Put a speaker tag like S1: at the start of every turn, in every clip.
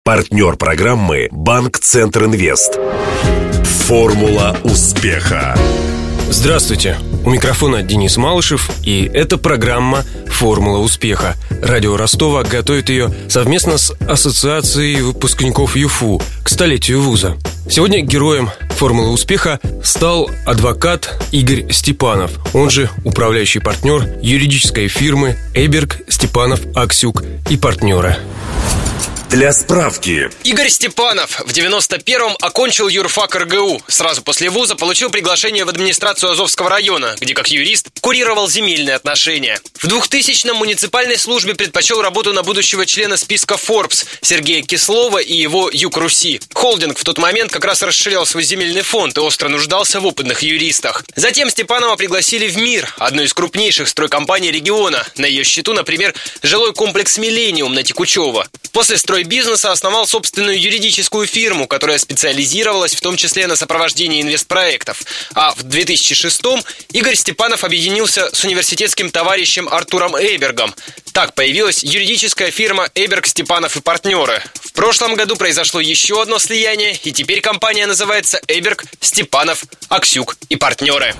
S1: Партнер программы «Банк Центр Инвест». Формула успеха.
S2: Здравствуйте, у микрофона Денис Малышев, и это программа «Формула успеха». Радио Ростова готовит ее совместно с Ассоциацией выпускников ЮФУ к столетию вуза. Сегодня героем «Формулы успеха» стал адвокат Игорь Степанов, он же управляющий партнер юридической фирмы «Эберг, Степанов, Аксюк и партнеры».
S1: Для справки.
S3: Игорь Степанов в 91-м окончил юрфак РГУ. Сразу после вуза получил приглашение в администрацию Азовского района, где как юрист курировал земельные отношения. В 2000-м муниципальной службе предпочел работу на будущего члена списка Forbes Сергея Кислова и его Юг Руси. Холдинг в тот момент как раз расширял свой земельный фонд и остро нуждался в опытных юристах. Затем Степанова пригласили в МИР, одну из крупнейших стройкомпаний региона. На ее счету, например, жилой комплекс «Миллениум» на Текучево. После стройбизнеса основал собственную юридическую фирму, которая специализировалась в том числе на сопровождении инвестпроектов. А в 2006-м Игорь Степанов объединился с университетским товарищем Артуром Эбергом. Так появилась юридическая фирма «Эберг, Степанов и партнеры». В прошлом году произошло еще одно слияние, и теперь компания называется «Эберг, Степанов, Аксюк и партнеры».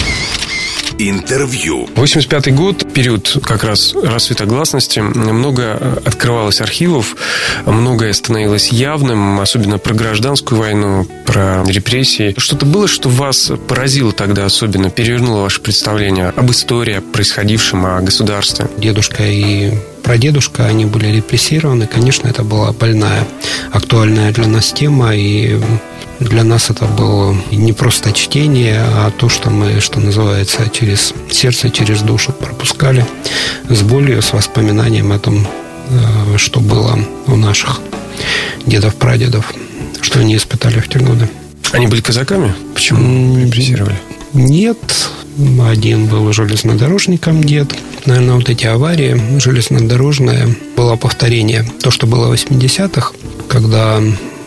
S1: Интервью.
S2: 85-й год, период как раз расцвета гласности, много открывалось архивов, многое становилось явным, особенно про гражданскую войну, про репрессии. Что-то было, что вас поразило тогда особенно, перевернуло ваше представление об истории, о происходившем, о государстве?
S4: Дедушка и прадедушка, они были репрессированы. Конечно, это была больная, актуальная для нас тема, и для нас это было не просто чтение, а то, что мы, что называется, через сердце, через душу пропускали, с болью, с воспоминанием о том, что было у наших дедов-прадедов, что они испытали в те годы.
S2: Они были казаками? Почему репрессировали?
S4: Нет. Один был железнодорожником, дед. Наверное, вот эти аварии железнодорожные было повторение. То, что было в 80-х, когда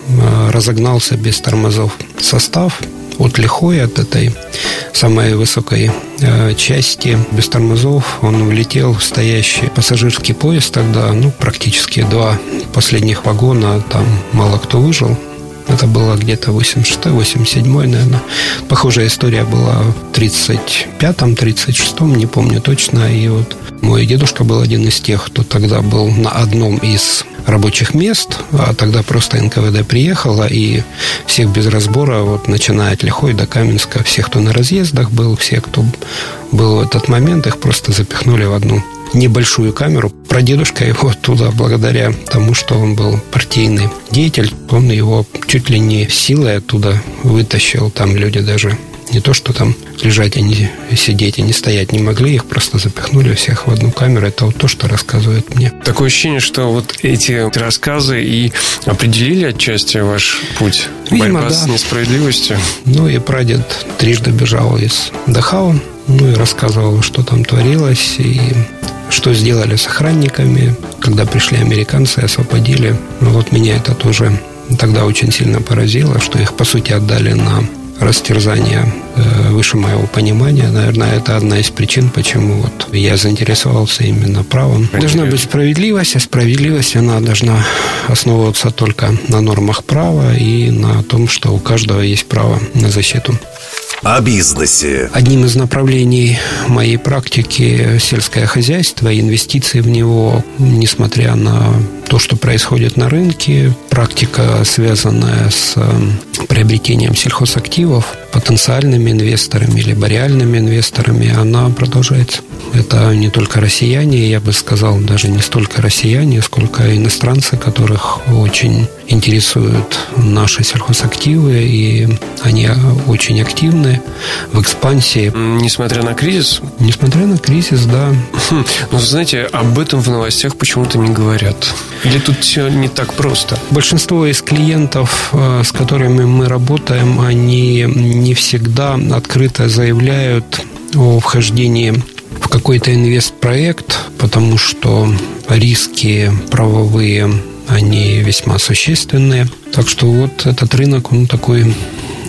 S4: разогнался без тормозов состав от Лихой, от этой самой высокой части, без тормозов он влетел в стоящий пассажирский поезд тогда, практически 2 последних вагона, там мало кто выжил. Это было где-то 86-й, 87-й, наверное. Похожая история была в 35-м, 36-м, не помню точно. И вот мой дедушка был один из тех, кто тогда был на одном из рабочих мест, а тогда просто НКВД приехала, и всех без разбора, вот начиная от Лихой до Каменска, всех, кто на разъездах был, все, кто был в этот момент, их просто запихнули в одну небольшую камеру. Прадедушка его туда, благодаря тому, что он был партийный деятель, он его чуть ли не силой оттуда вытащил. Там люди даже не то, что там лежать, они сидеть, они стоять не могли, их просто запихнули всех в одну камеру. Это вот то, что рассказывают мне.
S2: Такое ощущение, что вот эти рассказы и определили отчасти ваш путь.
S4: Видимо,
S2: борьба
S4: да.
S2: с несправедливостью.
S4: И прадед трижды бежал из Дахау, и рассказывал, что там творилось, и что сделали с охранниками, когда пришли американцы, освободили. Вот меня это тоже тогда очень сильно поразило, что их, по сути, отдали на растерзание выше моего понимания. Наверное, это одна из причин, почему вот я заинтересовался именно правом. Должна быть справедливость, а справедливость, она должна основываться только на нормах права и на том, что у каждого есть право на защиту.
S1: О бизнесе.
S4: Одним из направлений моей практики сельское хозяйство и инвестиции в него, несмотря на то, что происходит на рынке, практика, связанная с приобретением сельхозактивов потенциальными инвесторами либо реальными инвесторами, она продолжается. Это не только россияне, я бы сказал, даже не столько россияне, сколько иностранцы, которых очень интересуют наши сельхозактивы, и они очень активны в экспансии.
S2: Несмотря на кризис?
S4: Несмотря на кризис, да.
S2: Но, знаете, об этом в новостях почему-то не говорят. Или тут все не так просто?
S4: Большинство из клиентов, с которыми мы работаем, они не всегда открыто заявляют о вхождении в какой-то инвестпроект, потому что риски правовые, они весьма существенные. Так что вот этот рынок, он такой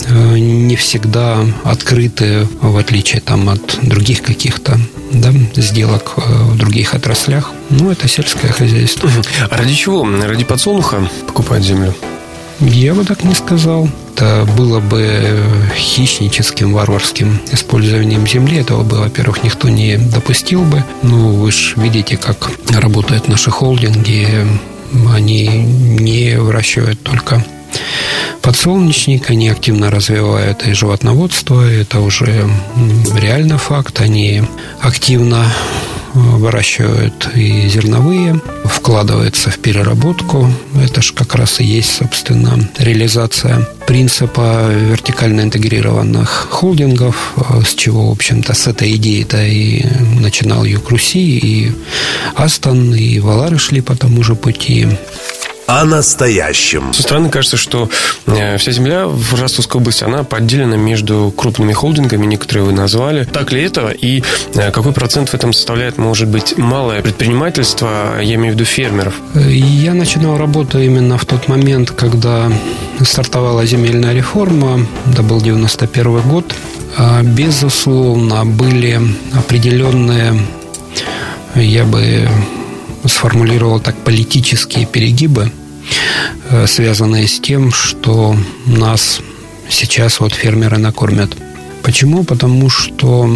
S4: не всегда открыты, в отличие там, от других каких-то сделок в других отраслях. Это сельское хозяйство.
S2: А ради чего? Ради подсолнуха покупать землю?
S4: Я бы так не сказал. Это было бы хищническим, варварским использованием земли. Этого бы, во-первых, никто не допустил бы. Вы же видите, как работают наши холдинги. Они не выращивают только подсолнечник, они активно развивают и животноводство. Это уже реальный факт. Они активно выращивают и зерновые, вкладываются в переработку. Это же как раз и есть, собственно, реализация принципа вертикально интегрированных холдингов, с чего, в общем-то, с этой идеи-то и начинал Юкруси, и Астон, и Валары шли по тому же пути.
S1: О настоящем.
S2: Со стороны кажется, что вся земля в Ростовской области, она поделена между крупными холдингами, некоторые вы назвали. Так ли это? И какой процент в этом составляет, может быть, малое предпринимательство, я имею в виду фермеров?
S4: Я начинал работу именно в тот момент, когда стартовала земельная реформа. Это был 91 год. Безусловно, были определенные, я бы сформулировал так, политические перегибы, связанные с тем, что нас сейчас фермеры накормят. Почему? Потому что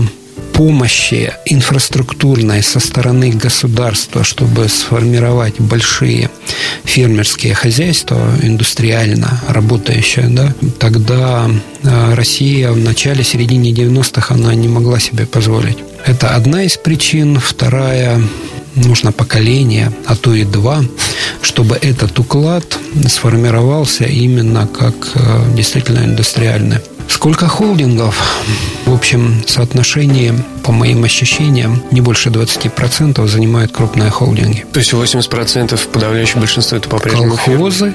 S4: помощи инфраструктурной со стороны государства, чтобы сформировать большие фермерские хозяйства, индустриально работающие, тогда Россия в начале-середине 90-х она не могла себе позволить. Это одна из причин. Вторая – нужно поколение, а то и два, чтобы этот уклад сформировался именно как действительно индустриальный. Сколько холдингов? В общем, соотношение, по моим ощущениям, не больше 20% занимают крупные холдинги.
S2: То есть 80% подавляющее большинство это по-прежнему
S4: колхозы,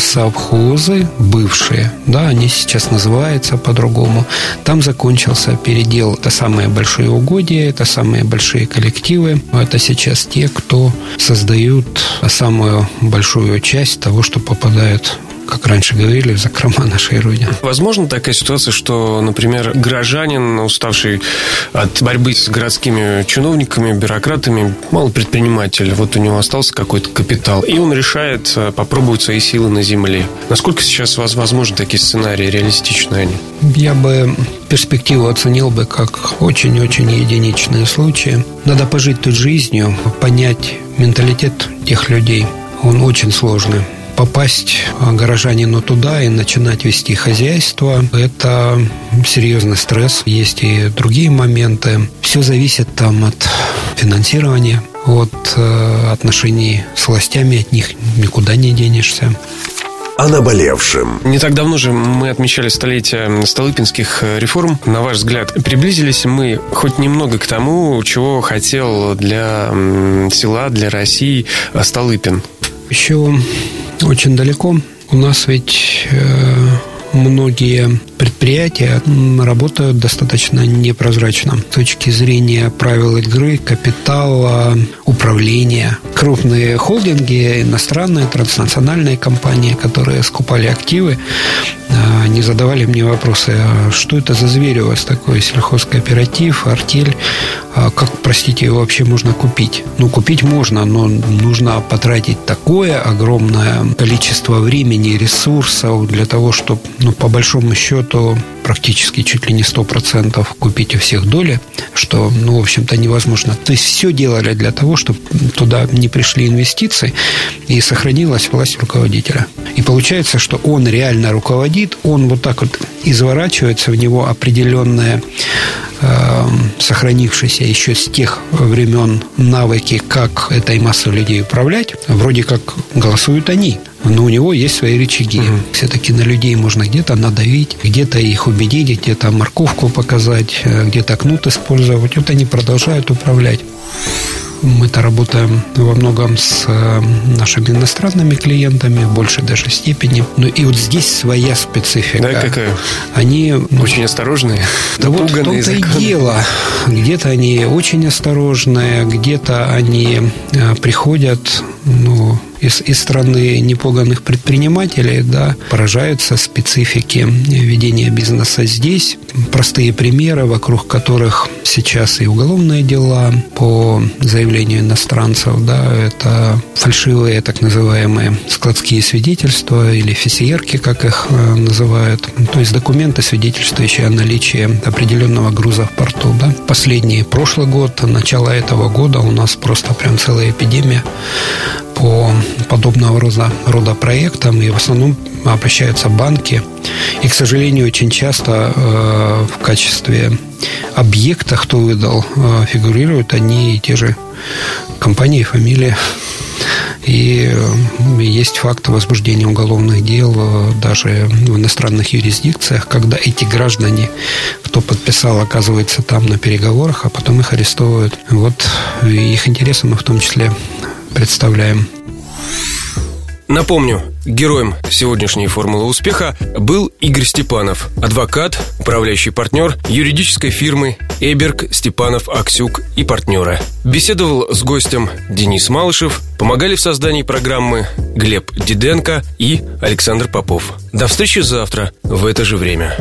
S4: совхозы, бывшие, они сейчас называются по-другому. Там закончился передел. Это самые большие угодья, это самые большие коллективы. Это сейчас те, кто создают самую большую часть того, что попадает, как раньше говорили, в закрома нашей Родины.
S2: Возможно такая ситуация, что, например, горожанин, уставший от борьбы с городскими чиновниками, бюрократами, малый предприниматель, у него остался какой-то капитал, и он решает попробовать свои силы на земле. Насколько сейчас возможны такие сценарии, реалистичны они?
S4: Я бы перспективу оценил бы как очень-очень единичные случаи. Надо пожить тут жизнью, понять менталитет тех людей. Он очень сложный. Попасть горожанину туда и начинать вести хозяйство – это серьезный стресс. Есть и другие моменты. Все зависит там от финансирования, от отношений с властями, от них никуда не денешься.
S1: О наболевшем.
S2: Не так давно же мы отмечали столетие столыпинских реформ. На ваш взгляд, приблизились мы хоть немного к тому, чего хотел для села, для России Столыпин?
S4: Еще очень далеко. У нас ведь многие предприятия работают достаточно непрозрачно с точки зрения правил игры, капитала, управления. Крупные холдинги, иностранные, транснациональные компании, которые скупали активы, не задавали мне вопросы, что это за зверь у вас такой, сельхозкооператив, артель, как, простите, его вообще можно купить? Купить можно, но нужно потратить такое огромное количество времени, ресурсов для того, чтобы, по большому счету, практически чуть ли не 100% купить у всех доли, что, в общем-то, невозможно. То есть все делали для того, чтобы туда не пришли инвестиции и сохранилась власть руководителя. И получается, что он реально руководит, он вот так вот изворачивается, в него определенные сохранившиеся еще с тех времен навыки, как этой массой людей управлять. Вроде как голосуют они, но у него есть свои рычаги. Все-таки на людей можно где-то надавить, где-то их убедить, где-то морковку показать, где-то кнут использовать. Вот они продолжают управлять. Мы-то работаем во многом с нашими иностранными клиентами, в большей даже степени. И вот здесь своя специфика.
S2: Да, какая?
S4: Они
S2: очень осторожные,
S4: да вот в том-то и дело. Где-то они очень осторожные, где-то они приходят, из страны непуганных предпринимателей, да, поражаются специфике ведения бизнеса здесь. Простые примеры, вокруг которых сейчас и уголовные дела по заявлению иностранцев, да, это фальшивые так называемые складские свидетельства или фисиерки, как их называют, то есть документы, свидетельствующие о наличии определенного груза в порту, да. Прошлый год, начало этого года у нас просто прям целая эпидемия по подобного рода проектам, и в основном обращаются банки. И, к сожалению, очень часто в качестве объекта, кто выдал, фигурируют одни и те же компании, фамилии. И есть факты возбуждения уголовных дел даже в иностранных юрисдикциях, когда эти граждане, кто подписал, оказывается там на переговорах, а потом их арестовывают. Вот их интересы мы в том числе представляем.
S2: Напомню, героем сегодняшней «Формулы успеха» был Игорь Степанов, адвокат, управляющий партнер юридической фирмы «Эберг, Степанов, Аксюк и партнеры». Беседовал с гостем Денис Малышев, помогали в создании программы Глеб Диденко и Александр Попов. До встречи завтра в это же время.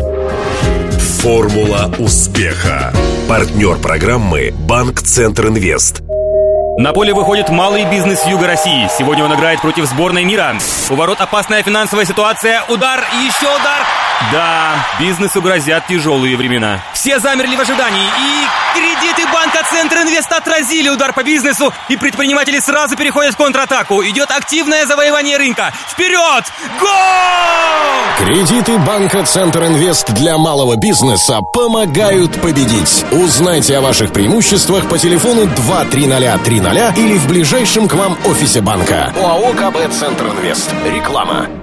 S1: «Формула успеха». Партнер программы «Банк Центр Инвест».
S5: На поле выходит малый бизнес Юга России. Сегодня он играет против сборной мира. У ворот опасная финансовая ситуация. Удар и еще удар. Да, бизнесу грозят тяжелые времена. Все замерли в ожидании. И кредиты банка Центр Инвест отразили удар по бизнесу. И предприниматели сразу переходят в контратаку. Идет активное завоевание рынка. Вперед! Гол!
S6: Кредиты банка Центр Инвест для малого бизнеса помогают победить. Узнайте о ваших преимуществах по телефону 23030 или в ближайшем к вам офисе банка. ОАО КБ Центр Инвест. Реклама.